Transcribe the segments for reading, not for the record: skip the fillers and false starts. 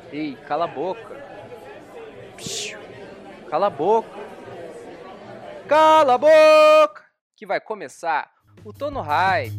Ei, cala a boca. Psiu. Cala a boca. Cala a boca. Que vai começar o Tô no Hype.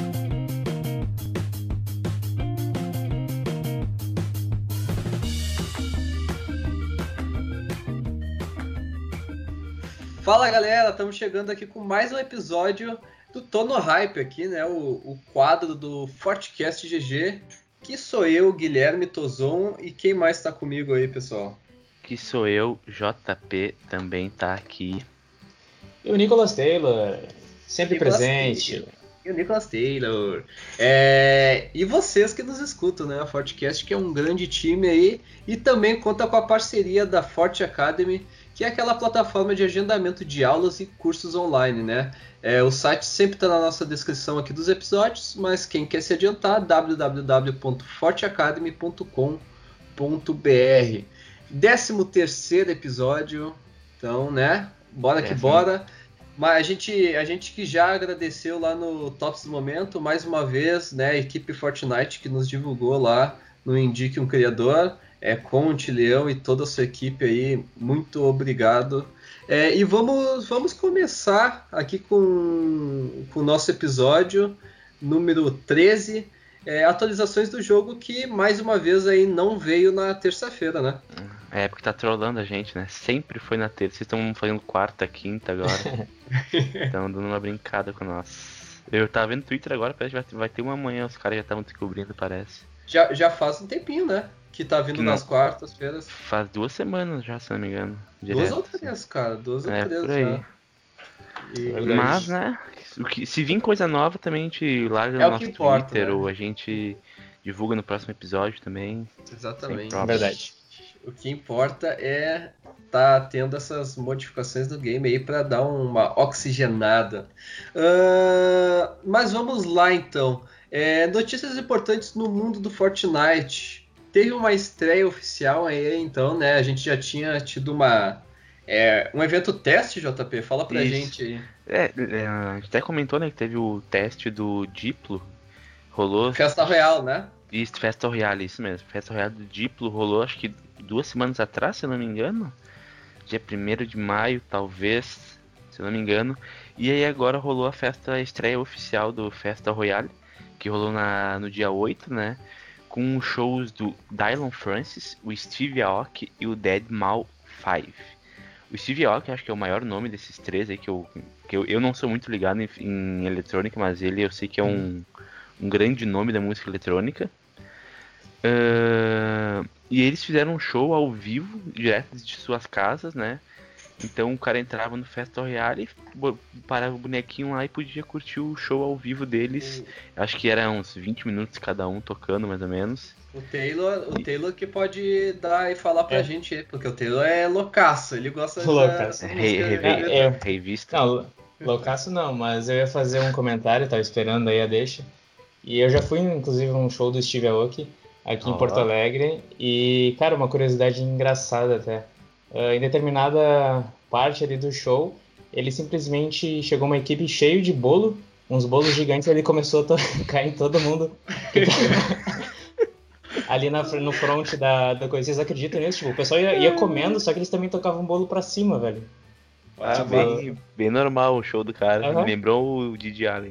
Fala galera, estamos chegando aqui com mais um episódio do Tô no Hype aqui, né? O quadro do Fortcast GG, que sou eu, Guilherme Tozon, e quem mais está comigo aí, pessoal? Que sou eu, JP, também tá aqui. E o Nicholas Taylor, sempre Nicholas presente. Taylor. E o Nicholas Taylor. E vocês que nos escutam, né? A Fortcast, que é um grande time aí, e também conta com a parceria da Forte Academy, que é aquela plataforma de agendamento de aulas e cursos online, né? O site sempre está na nossa descrição aqui dos episódios, mas quem quer se adiantar, www.forteacademy.com.br. 13º episódio, então, né? Bora que bora. Mas a gente que já agradeceu lá no Tops do Momento, mais uma vez, né? A equipe Fortnite que nos divulgou lá no Indique um Criador. Conte, Leão e toda a sua equipe aí, muito obrigado. E vamos começar aqui com o nosso episódio número 13, atualizações do jogo que mais uma vez aí não veio na terça-feira, né? Porque tá trollando a gente, né? Sempre foi na terça, vocês estão fazendo quarta, quinta agora. Estão dando uma brincada com nós. Eu tava vendo no Twitter agora, parece que vai ter uma manhã, os caras já estavam descobrindo, parece. Já faz um tempinho, né? Que tá vindo nas quartas-feiras. Faz 2 semanas já, se não me engano. Direto. 2 ou 3, cara. 2 ou 3 por aí. já. Mas, né? Se vir coisa nova, também a gente larga no nosso Twitter, né? Ou a gente divulga no próximo episódio também. Exatamente. Verdade. O que importa é tá tendo essas modificações do game aí para dar uma oxigenada. Mas vamos lá então. Notícias importantes no mundo do Fortnite. Teve uma estreia oficial aí, então, né? A gente já tinha tido um evento teste, JP. Fala pra gente aí. A gente até comentou, né, que teve o teste do Diplo. Rolou. Festa Royale, né? Isso, Festa Royale, isso mesmo. Festa Royale do Diplo rolou, acho que 2 semanas atrás, se eu não me engano. Dia 1º de maio, talvez, se eu não me engano. E aí agora rolou a estreia oficial do Festa Royale, que rolou no dia 8, né? Com shows do Dylon Francis, o Steve Aoki e o deadmau5. O Steve Aoki acho que é o maior nome desses três aí, que eu não sou muito ligado em eletrônica, mas eu sei que é um grande nome da música eletrônica. E eles fizeram um show ao vivo, direto de suas casas, né? Então o cara entrava no Festa Royale, parava o bonequinho lá e podia curtir o show ao vivo deles. Acho que era uns 20 minutos cada um tocando, mais ou menos. O Taylor que pode dar e falar pra gente aí, porque o Taylor é loucaço, ele gosta loucaço. Revista. Não, loucaço não, mas eu ia fazer um comentário, tava esperando aí a deixa. E eu já fui, inclusive, num show do Steve Aoki aqui em Porto Alegre. E, cara, uma curiosidade engraçada até. Em determinada parte ali do show, ele simplesmente chegou uma equipe cheio de bolo, uns bolos gigantes, e ele começou a cair em todo mundo ali no front da coisa. Vocês acreditam nisso? Tipo, o pessoal ia comendo, só que eles também tocavam bolo pra cima, velho. Bem normal o show do cara. Me lembrou o Didi Allen.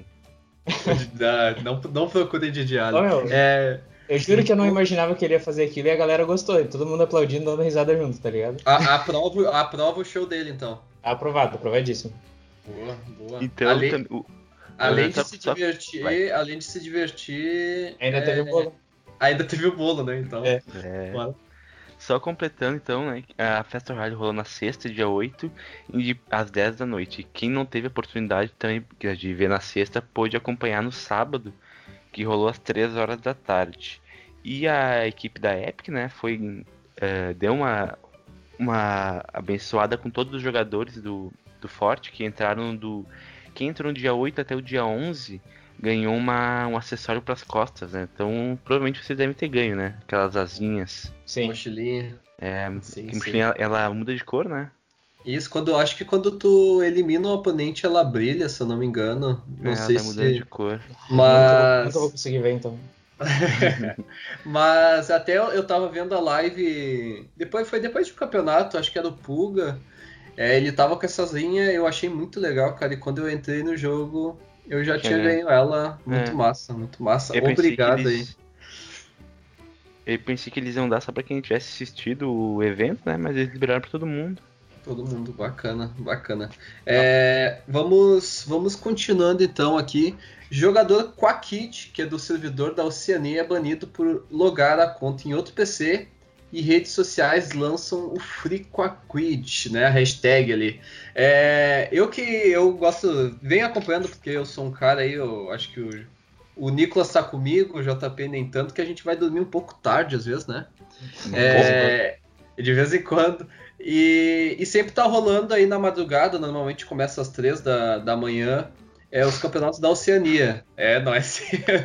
Não procurem Didi Allen. Eu juro que eu não imaginava que ele ia fazer aquilo e a galera gostou. E todo mundo aplaudindo, dando risada junto, tá ligado? Aprova o show dele, então. Aprovadíssimo. Boa. Então, além de se divertir... Ainda teve o bolo. Ainda teve o bolo, né? Então. Só completando, então, né? A Festa Royale rolou na sexta, dia 8, às 10 da noite. Quem não teve a oportunidade também de ver na sexta, pôde acompanhar no sábado, que rolou às 3 horas da tarde. E a equipe da Epic, né, deu uma abençoada com todos os jogadores do Forte que entraram quem entrou no dia 8 até o dia 11 ganhou um acessório para as costas, né? Então provavelmente vocês devem ter ganho, né? Aquelas asinhas. Sim. Mochilinha. Mochilinha, ela muda de cor, né? Isso, acho que quando tu elimina o oponente, ela brilha, se eu não me engano. Não sei ela tá mudando de cor. Mas... Nunca vou conseguir ver, então. Mas até eu tava vendo a live. Foi depois do campeonato, acho que era o Puga. Ele tava com essas linhas, eu achei muito legal, cara. E quando eu entrei no jogo, eu já tinha ganho ela. Muito massa, muito massa. Obrigado aí. Eu pensei que eles iam dar só pra quem tivesse assistido o evento, né? Mas eles liberaram pra todo mundo. Todo mundo, bacana, bacana. Vamos continuando então aqui. Jogador Quackit, que é do servidor da Oceania, é banido por logar a conta em outro PC e redes sociais lançam o Free Quackit, né? A hashtag ali. Eu gosto, venho acompanhando porque eu sou um cara aí, eu acho que o Nicolas tá comigo, o JP nem tanto, que a gente vai dormir um pouco tarde às vezes, né? De vez em quando. E sempre tá rolando aí na madrugada, normalmente começa às 3 da manhã, os campeonatos da Oceania. Nóis.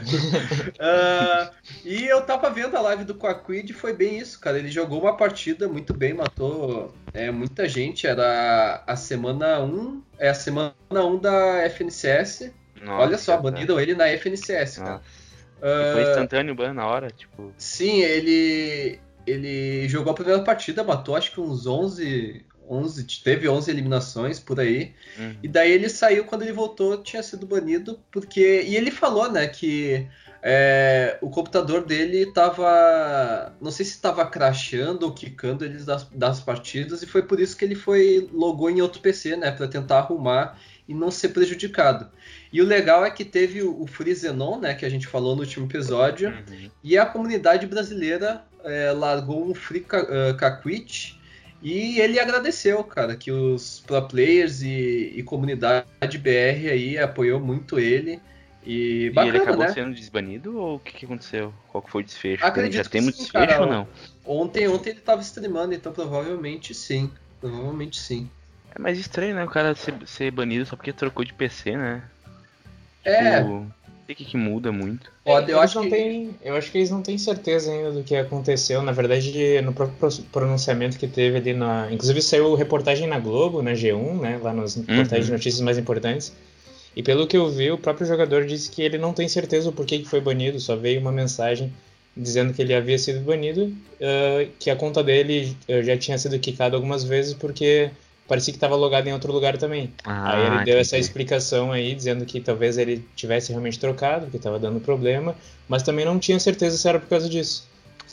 E eu tava vendo a live do Quackit e foi bem isso, cara. Ele jogou uma partida muito bem, matou muita gente. Era a semana 1, a semana 1 da FNCS. Nossa, olha só, baniram ele na FNCS, cara. Foi instantâneo o ban na hora, tipo... Sim, ele jogou a primeira partida, matou acho que uns 11, teve 11 eliminações por aí. E daí ele saiu, quando ele voltou, tinha sido banido, porque... E ele falou, né, que o computador dele tava... Não sei se estava crashando ou quicando eles das partidas, e foi por isso que ele logou em outro PC, né, para tentar arrumar e não ser prejudicado. E o legal é que teve o Free Zenon, né, que a gente falou no último episódio, e a comunidade brasileira largou um Free Quackit, e ele agradeceu, cara, que os pro players e comunidade BR aí apoiou muito ele. E bacana, ele acabou né? sendo desbanido ou o que aconteceu? Qual que foi o desfecho? Acredito já temos sim, desfecho cara. ou não? Ontem ele tava streamando, então provavelmente sim. Provavelmente sim. É mais estranho, né? O cara ser banido só porque trocou de PC, né? Não sei o que muda muito. Eu acho que eles não têm certeza ainda do que aconteceu. Na verdade, no próprio pronunciamento que teve ali inclusive saiu reportagem na Globo, na G1, né? Lá nos portais de notícias mais importantes. E pelo que eu vi, o próprio jogador disse que ele não tem certeza o porquê que foi banido. Só veio uma mensagem dizendo que ele havia sido banido, que a conta dele já tinha sido quicada algumas vezes porque... parecia que estava logado em outro lugar também. Aí ele deu essa explicação aí, dizendo que talvez ele tivesse realmente trocado, que estava dando problema, mas também não tinha certeza se era por causa disso.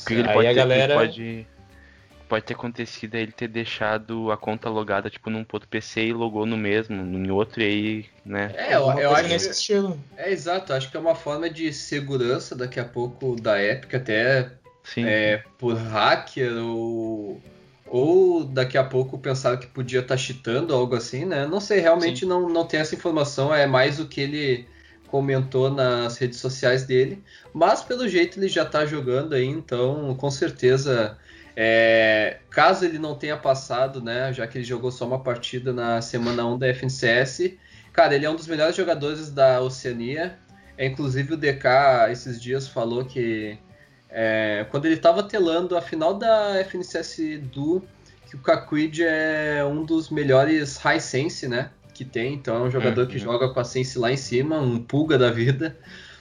Pode ter acontecido ele ter deixado a conta logada tipo num outro PC e logou no mesmo, em outro e aí, né? Eu acho nesse estilo. Exato, acho que é uma forma de segurança daqui a pouco da Epic, até por hacker ou daqui a pouco pensaram que podia estar cheatando, algo assim, né? Não sei, realmente não tem essa informação, é mais o que ele comentou nas redes sociais dele, mas pelo jeito ele já tá jogando aí, então com certeza, caso ele não tenha passado, né, já que ele jogou só uma partida na semana 1 da FNCS, cara, ele é um dos melhores jogadores da Oceania, inclusive o DK esses dias falou que quando ele estava telando a final da FNCS Duo, que o Quackit é um dos melhores high sense, né, que tem, então é um jogador que joga com a sense lá em cima, um pulga da vida.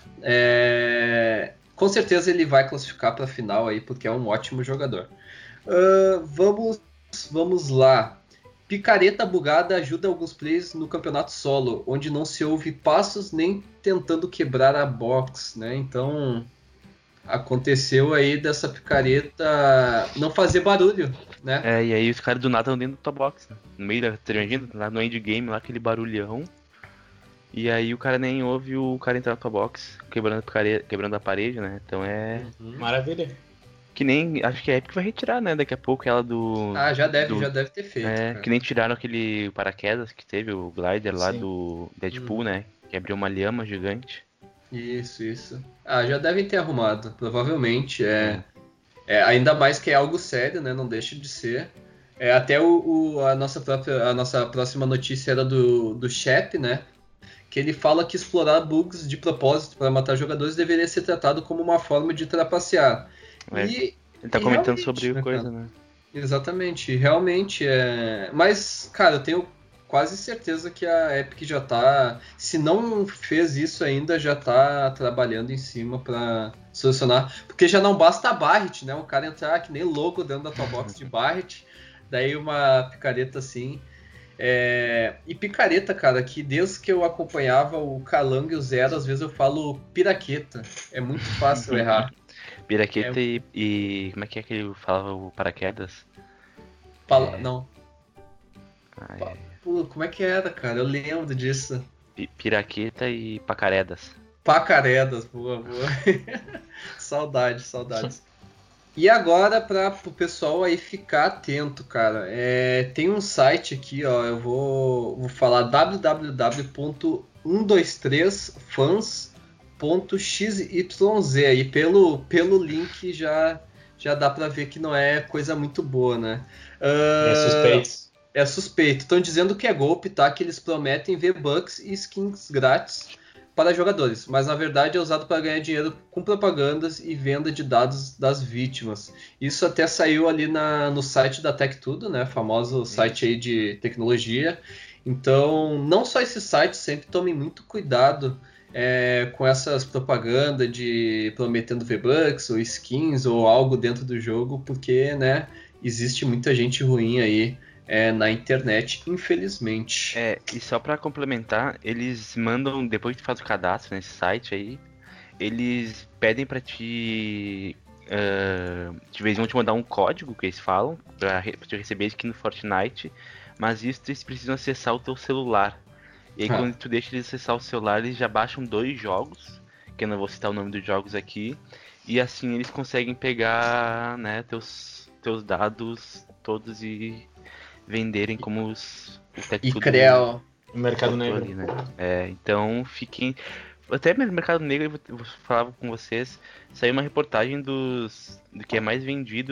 Com certeza ele vai classificar para a final aí, porque é um ótimo jogador. Vamos lá. Picareta bugada ajuda alguns players no campeonato solo, onde não se ouve passos nem tentando quebrar a box, né? Então aconteceu aí dessa picareta não fazer barulho, né? E aí os caras do nada estão dentro do top box, né? No meio da triangina, lá no endgame, lá aquele barulhão. E aí o cara nem ouve o cara entrar no top box, quebrando a parede, né? Então Maravilha. Que nem, acho que a Epic vai retirar, né? Daqui a pouco ela do... já deve ter feito. Cara. Que nem tiraram aquele paraquedas que teve, o glider lá do Deadpool, né? Que abriu uma lhama gigante. Isso. Já devem ter arrumado, provavelmente. Ainda mais que é algo sério, né? Não deixa de ser. Até a nossa próxima notícia era do Shep, né? Que ele fala que explorar bugs de propósito para matar jogadores deveria ser tratado como uma forma de trapacear. Ele tá comentando sobre coisa, né? Exatamente, realmente Mas, cara, eu tenho quase certeza que a Epic já tá, se não fez isso ainda, já tá trabalhando em cima pra solucionar, porque já não basta a Barret, né? O cara entrar que nem louco dentro da tua box de Barret, daí uma picareta assim. E picareta, cara, que desde que eu acompanhava o Calango e o Zero, às vezes eu falo piraqueta. É muito fácil errar. Piraqueta e como é que ele falava o paraquedas? Não. Ah, Pô, como é que era, cara? Eu lembro disso. Piraqueta e pacaredas. Pacaredas, boa. Saudades. E agora, para o pessoal aí ficar atento, cara, tem um site aqui, ó, eu vou falar www.123fans.xyz, aí pelo link já dá para ver que não é coisa muito boa, né? É suspeito. É suspeito. Estão dizendo que é golpe, tá? Que eles prometem V-Bucks e skins grátis para jogadores, mas na verdade é usado para ganhar dinheiro com propagandas e venda de dados das vítimas. Isso até saiu ali no site da Tech Tudo, né? Famoso site aí de tecnologia. Então, não só esse site, sempre tomem muito cuidado com essas propagandas de prometendo V-Bucks ou skins ou algo dentro do jogo, porque, né, existe muita gente ruim aí na internet, infelizmente. E só pra complementar, eles mandam, depois que tu faz o cadastro nesse site aí, eles pedem pra ti... eles vão te mandar um código que eles falam pra te receber aqui no Fortnite, mas isso eles precisam acessar o teu celular. E aí quando tu deixa eles acessar o celular, eles já baixam 2 jogos, que eu não vou citar o nome dos jogos aqui, e assim eles conseguem pegar, né, teus dados todos e venderem como os e Creu. O mercado negro. Ali, né? Então fiquem. Até mesmo no mercado negro, eu vou falar com vocês, saiu uma reportagem do que é mais vendido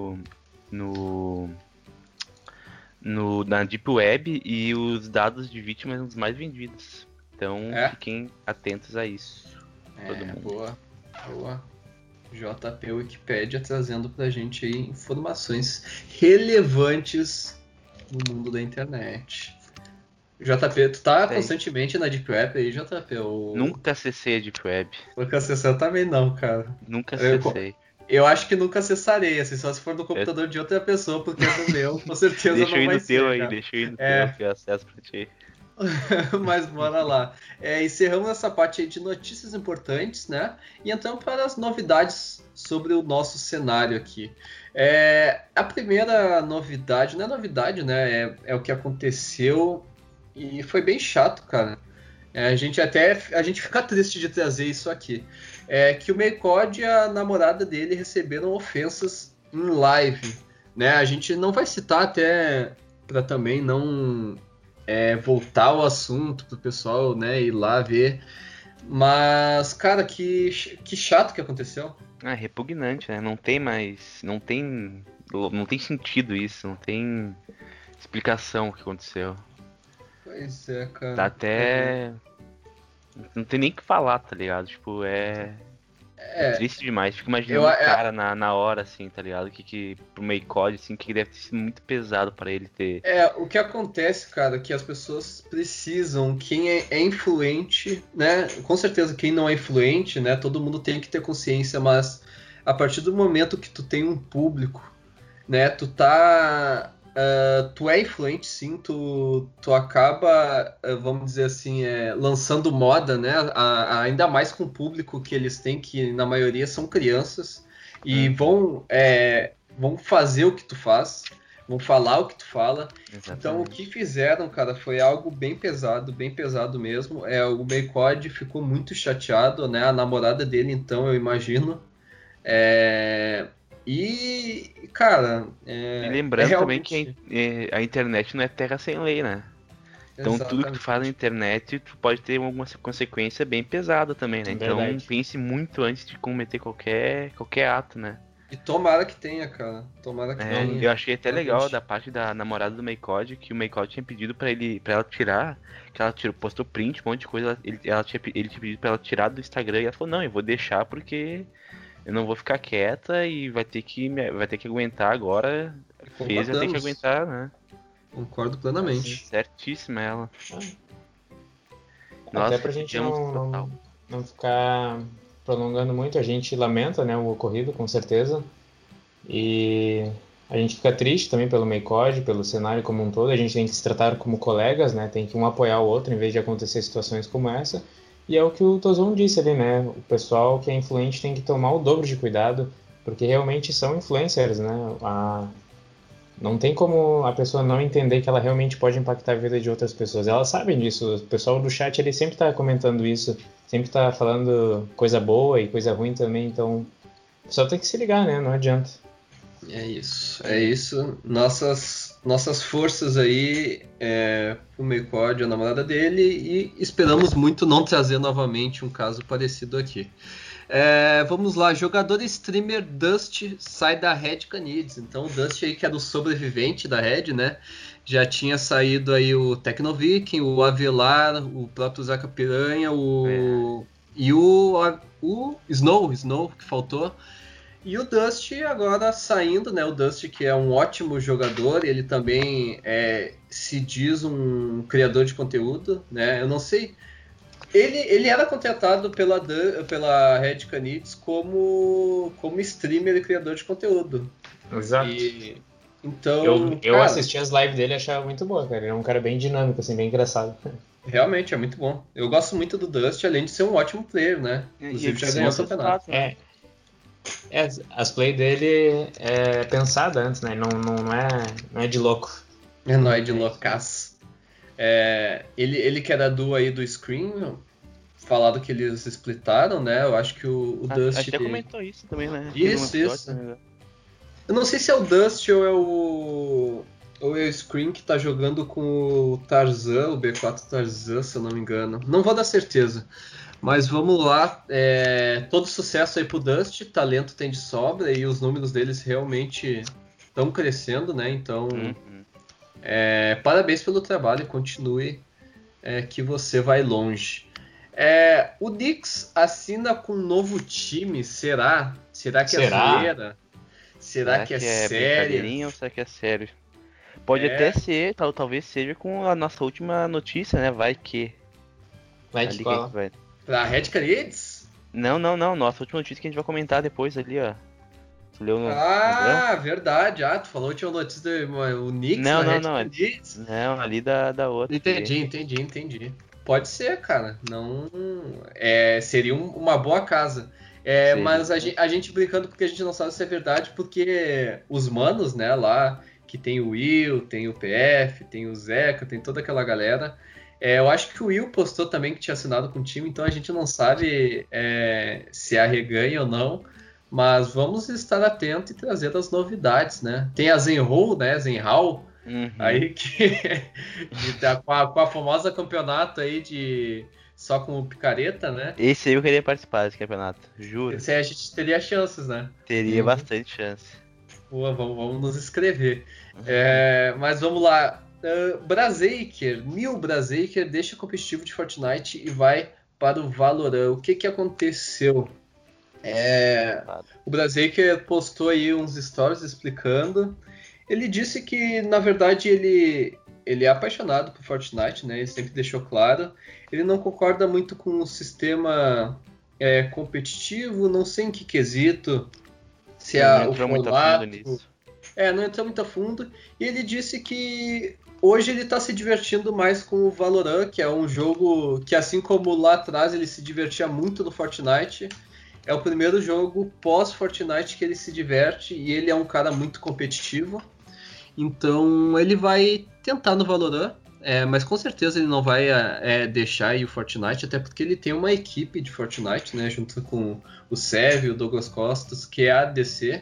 na Deep Web e os dados de vítimas são os mais vendidos. Então fiquem atentos a isso. Todo mundo. Boa. JP Wikipédia trazendo pra gente aí informações relevantes no mundo da internet. JP, tu tá constantemente na Deep Web aí, JP? Nunca acessei a Deep Web. Nunca acessei, eu também não, cara. Nunca acessei. Eu acho que nunca acessarei, assim, só se for no computador de outra pessoa, porque no meu, com certeza não vai ser. Deixa eu ir no teu que eu acesso pra ti. Mas bora lá. Encerramos essa parte aí de notícias importantes, né? E entramos para as novidades sobre o nosso cenário aqui. A primeira novidade, não é novidade, né? É o que aconteceu e foi bem chato, cara. A gente fica triste de trazer isso aqui. Que o Maycod e a namorada dele receberam ofensas em live, né? A gente não vai citar até para também não voltar ao assunto pro pessoal, né, ir lá ver. Mas, cara, que chato que aconteceu. Repugnante, né? Não tem sentido isso, não tem explicação o que aconteceu. Pois é, cara. Tá até... Não tem nem o que falar, tá ligado? Tipo, é triste demais. Fico imaginando o cara na hora, assim, tá ligado? Que pro Maycod, assim, que deve ter sido muito pesado pra ele ter... O que acontece, cara, que as pessoas precisam, quem é influente, né? Com certeza quem não é influente, né? Todo mundo tem que ter consciência, mas a partir do momento que tu tem um público, né? Tu é influente, sim, tu acaba, vamos dizer assim, lançando moda, né? Ainda mais com o público que eles têm, que na maioria são crianças, e vão fazer o que tu faz, vão falar o que tu fala. Exatamente. Então o que fizeram, cara, foi algo bem pesado mesmo. O Maycod ficou muito chateado, né? A namorada dele, então, eu imagino. E, cara... E lembrando também que a internet não é terra sem lei, né? Então exatamente. Tudo que tu faz na internet, tu pode ter alguma consequência bem pesada também, né? Então pense muito antes de cometer qualquer ato, né? E tomara que tenha, cara. Tomara que tenha. Eu achei até legal da parte da namorada do Maycod, que o Maycod tinha pedido pra ela tirar, que ela postou print, um monte de coisa, ele tinha pedido pra ela tirar do Instagram, e ela falou, não, eu vou deixar porque... eu não vou ficar quieta e vai ter que aguentar agora. Vai ter que aguentar, né? Concordo plenamente. Certíssima ela. Até pra gente não ficar prolongando muito, a gente lamenta, né, o ocorrido, com certeza. E a gente fica triste também pelo Meicode, pelo cenário como um todo. A gente tem que se tratar como colegas, né? Tem que um apoiar o outro em vez de acontecer situações como essa. E é o que o Tozon disse ali, né? O pessoal que é influente tem que tomar o dobro de cuidado, porque realmente são influencers, né? Não tem como a pessoa não entender que ela realmente pode impactar a vida de outras pessoas. Elas sabem disso. O pessoal do chat ele sempre está comentando isso, sempre está falando coisa boa e coisa ruim também. Então, só tem que se ligar, né? Não adianta. É isso. Nossas forças aí pro Meicode, a namorada dele, e esperamos muito não trazer novamente um caso parecido aqui. Vamos lá, jogador e streamer Dust sai da Red Canids. Então o Dust aí, que é do sobrevivente da Red, né? Já tinha saído aí o Tecnoviking, o Avelar, o próprio Zaca Piranha, e o Snow, que faltou. E o Dust agora saindo, né? O Dust, que é um ótimo jogador, ele também se diz um criador de conteúdo, né? Eu não sei. Ele era contratado pela Red Canids como streamer e criador de conteúdo. Exato. Então, eu assisti as lives dele e achava muito boa, cara. Ele é um cara bem dinâmico, assim, bem engraçado. Realmente, é muito bom. Eu gosto muito do Dust, além de ser um ótimo player, né? Inclusive já ganhou o campeonato. As play dele é pensada antes, né? Não é de louco. Não é de loucaço. Ele que era duo aí do Scream, falado que eles splitaram, né? Eu acho que o Dust... Até comentou isso também, né? Isso. Eu não sei se é o Dust ou é o Scream que tá jogando com o Tarzan, o B4 Tarzan, se eu não me engano. Não vou dar certeza. Mas vamos lá, todo sucesso aí pro Dust, talento tem de sobra e os números deles realmente estão crescendo, né? Então, parabéns pelo trabalho e continue que você vai longe. O Knicks assina com um novo time, será? Será que é zoeira? Será que é sério? Ou será que é sério? Pode até ser, talvez seja com a nossa última notícia, né? Vai que qual? Pra Red Canids? Não. Nossa última notícia que a gente vai comentar depois ali, ó. Tu leu no verdade. Tu falou que tinha uma notícia do Knicks na Red Canids? Não, ali da outra. Entendi. Pode ser, cara. Não, seria uma boa casa. Mas a gente brincando porque a gente não sabe se é verdade, porque os manos, né, lá, que tem o Will, tem o PF, tem o Zeca, tem toda aquela galera... eu acho que o Will postou também que tinha assinado com o time, então a gente não sabe se arreganha ou não, mas vamos estar atentos e trazer as novidades, né? Tem a Zenhou, né? Zenhao, aí que tá com a famosa campeonato aí de só com o picareta, né? Esse aí eu queria participar desse campeonato, juro. Esse aí a gente teria chances, né? Teria bastante chance. Boa, vamos nos inscrever. Mas vamos lá. Braziker deixa o competitivo de Fortnite e vai para o Valorant. O que aconteceu? O Braziker postou aí uns stories explicando. Ele disse que, na verdade, ele é apaixonado por Fortnite, né? Ele sempre deixou claro. Ele não concorda muito com o sistema competitivo, não sei em que quesito. Se não entrou muito a fundo nisso. Não entrou muito a fundo. E ele disse que hoje ele está se divertindo mais com o Valorant, que é um jogo que, assim como lá atrás ele se divertia muito no Fortnite, é o primeiro jogo pós-Fortnite que ele se diverte, e ele é um cara muito competitivo. Então ele vai tentar no Valorant, mas com certeza ele não vai deixar aí o Fortnite, até porque ele tem uma equipe de Fortnite, né, junto com o Sev e o Douglas Costas, que é a ADC.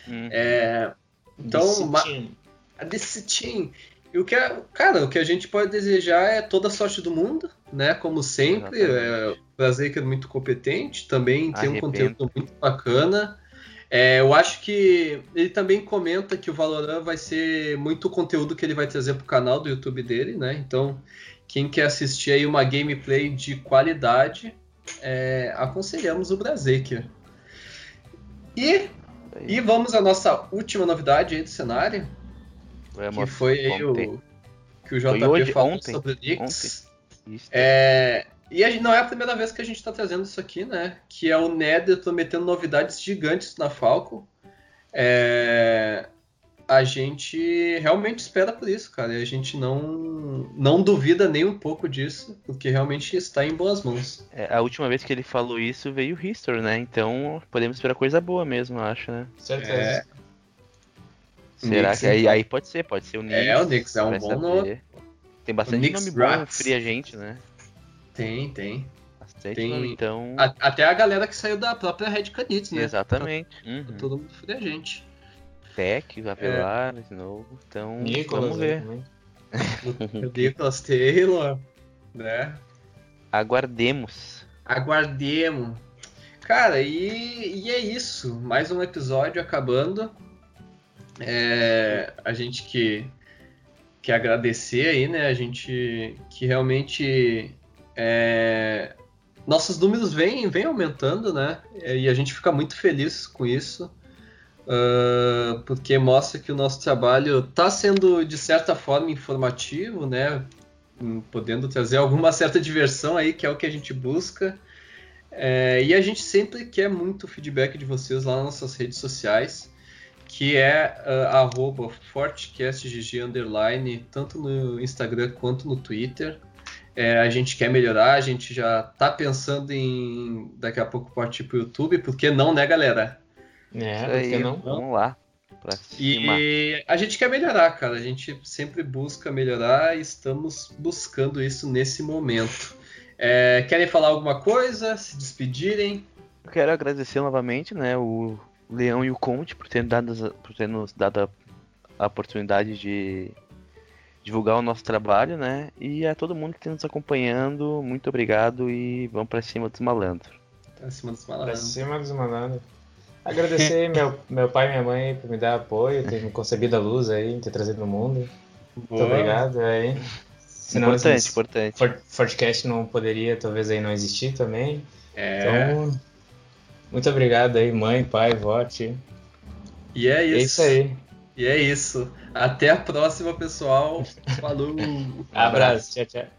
Então, a DC Team. E o que a gente pode desejar é toda a sorte do mundo, né? Como sempre, o Braziker é muito competente, também tem um conteúdo muito bacana. Eu acho que ele também comenta que o Valorant vai ser muito conteúdo que ele vai trazer para o canal do YouTube dele, né? Então, quem quer assistir aí uma gameplay de qualidade, aconselhamos o Braziker. E vamos à nossa última novidade aí do cenário, que foi aí que o JP hoje, falou ontem, sobre o Knicks. Isso. E não é a primeira vez que a gente está trazendo isso aqui, né? Que é o Nether prometendo novidades gigantes na Falcon. A gente realmente espera por isso, cara. E a gente não duvida nem um pouco disso, porque realmente está em boas mãos. A última vez que ele falou isso veio o History, né? Então podemos esperar coisa boa mesmo, eu acho, né? Certeza. Será Knicks, que aí, então. aí pode ser o Knicks. O Knicks é um vai bom saber. nome. Tem bastante Knicks nome bom Rats. free agente, né? Tem. Bastante nome, então. Até a galera que saiu da própria Red Canids, né? Exatamente. Tá todo mundo free agente. Tech, Avelar, de novo. Então, Nicolas, vamos ver. O Nicholas Taylor, né? Aguardemos. Cara, e é isso. Mais um episódio acabando. A gente que agradecer aí, né? A gente que realmente nossos números vêm aumentando, né? E a gente fica muito feliz com isso, porque mostra que o nosso trabalho está sendo de certa forma informativo, né? Podendo trazer alguma certa diversão aí, que é o que a gente busca. E a gente sempre quer muito feedback de vocês lá nas nossas redes sociais, que é @fortcastgg_, tanto no Instagram quanto no Twitter. A gente quer melhorar, a gente já tá pensando em daqui a pouco partir pro YouTube, por que não, né, galera? Por que não? Vamos lá. Pra cima. E a gente quer melhorar, cara, a gente sempre busca melhorar e estamos buscando isso nesse momento. Querem falar alguma coisa? Se despedirem? Eu quero agradecer novamente, né, o Leão e o Conte por ter nos dado a oportunidade de divulgar o nosso trabalho, né? E a todo mundo que está nos acompanhando, muito obrigado e vamos pra cima dos malandros. Pra cima dos Pra malandros. cima dos malandros. Agradecer meu pai e minha mãe por me dar apoio, ter me concebido a luz aí, ter trazido no mundo. Muito obrigado aí. Senão Importante. Fortcast não poderia, talvez aí não existir também. Então, muito obrigado aí, mãe, pai, vó, tio. E é isso. É isso aí. E é isso. Até a próxima, pessoal. Falou. Abraço. Tchau, tchau.